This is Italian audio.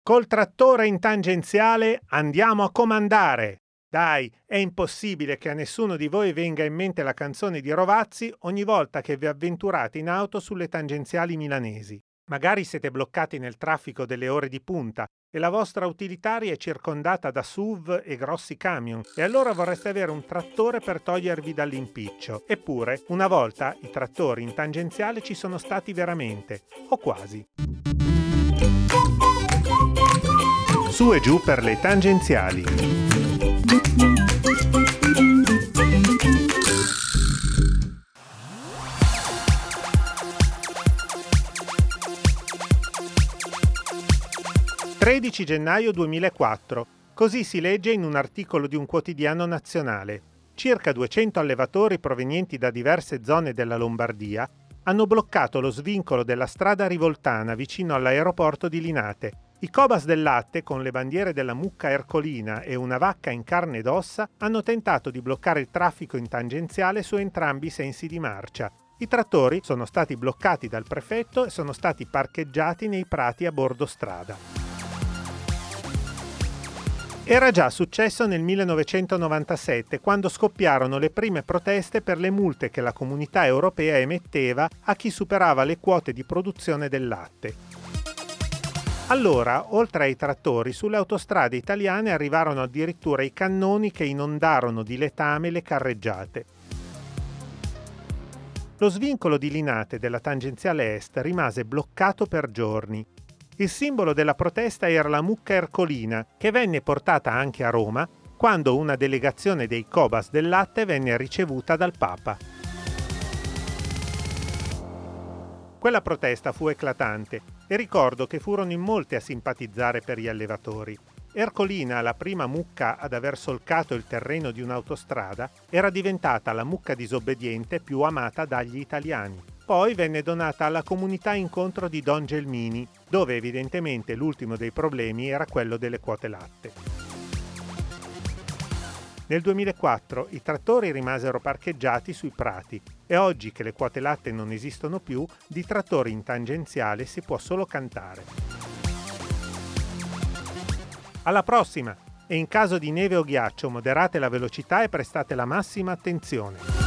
Col trattore in tangenziale andiamo a comandare! Dai, è impossibile che a nessuno di voi venga in mente la canzone di Rovazzi ogni volta che vi avventurate in auto sulle tangenziali milanesi. Magari siete bloccati nel traffico delle ore di punta e la vostra utilitaria è circondata da SUV e grossi camion e allora vorreste avere un trattore per togliervi dall'impiccio. Eppure, una volta i trattori in tangenziale ci sono stati veramente, o quasi. Su e giù per le tangenziali. «13 gennaio 2004. Così si legge in un articolo di un quotidiano nazionale. Circa 200 allevatori provenienti da diverse zone della Lombardia hanno bloccato lo svincolo della strada Rivoltana vicino all'aeroporto di Linate. I Cobas del latte, con le bandiere della mucca ercolina e una vacca in carne ed ossa, hanno tentato di bloccare il traffico in tangenziale su entrambi i sensi di marcia. I trattori sono stati bloccati dal prefetto e sono stati parcheggiati nei prati a bordo strada. Era già successo nel 1997, quando scoppiarono le prime proteste per le multe che la Comunità Europea emetteva a chi superava le quote di produzione del latte. Allora, oltre ai trattori, sulle autostrade italiane arrivarono addirittura i cannoni che inondarono di letame le carreggiate. Lo svincolo di Linate della tangenziale est rimase bloccato per giorni. Il simbolo della protesta era la mucca ercolina, che venne portata anche a Roma quando una delegazione dei Cobas del latte venne ricevuta dal Papa. Quella protesta fu eclatante e ricordo che furono in molti a simpatizzare per gli allevatori. Ercolina, la prima mucca ad aver solcato il terreno di un'autostrada, era diventata la mucca disobbediente più amata dagli italiani. Poi venne donata alla comunità incontro di Don Gelmini, dove evidentemente l'ultimo dei problemi era quello delle quote latte. Nel 2004 i trattori rimasero parcheggiati sui prati e oggi che le quote latte non esistono più, di trattori in tangenziale si può solo cantare. Alla prossima! E in caso di neve o ghiaccio moderate la velocità e prestate la massima attenzione.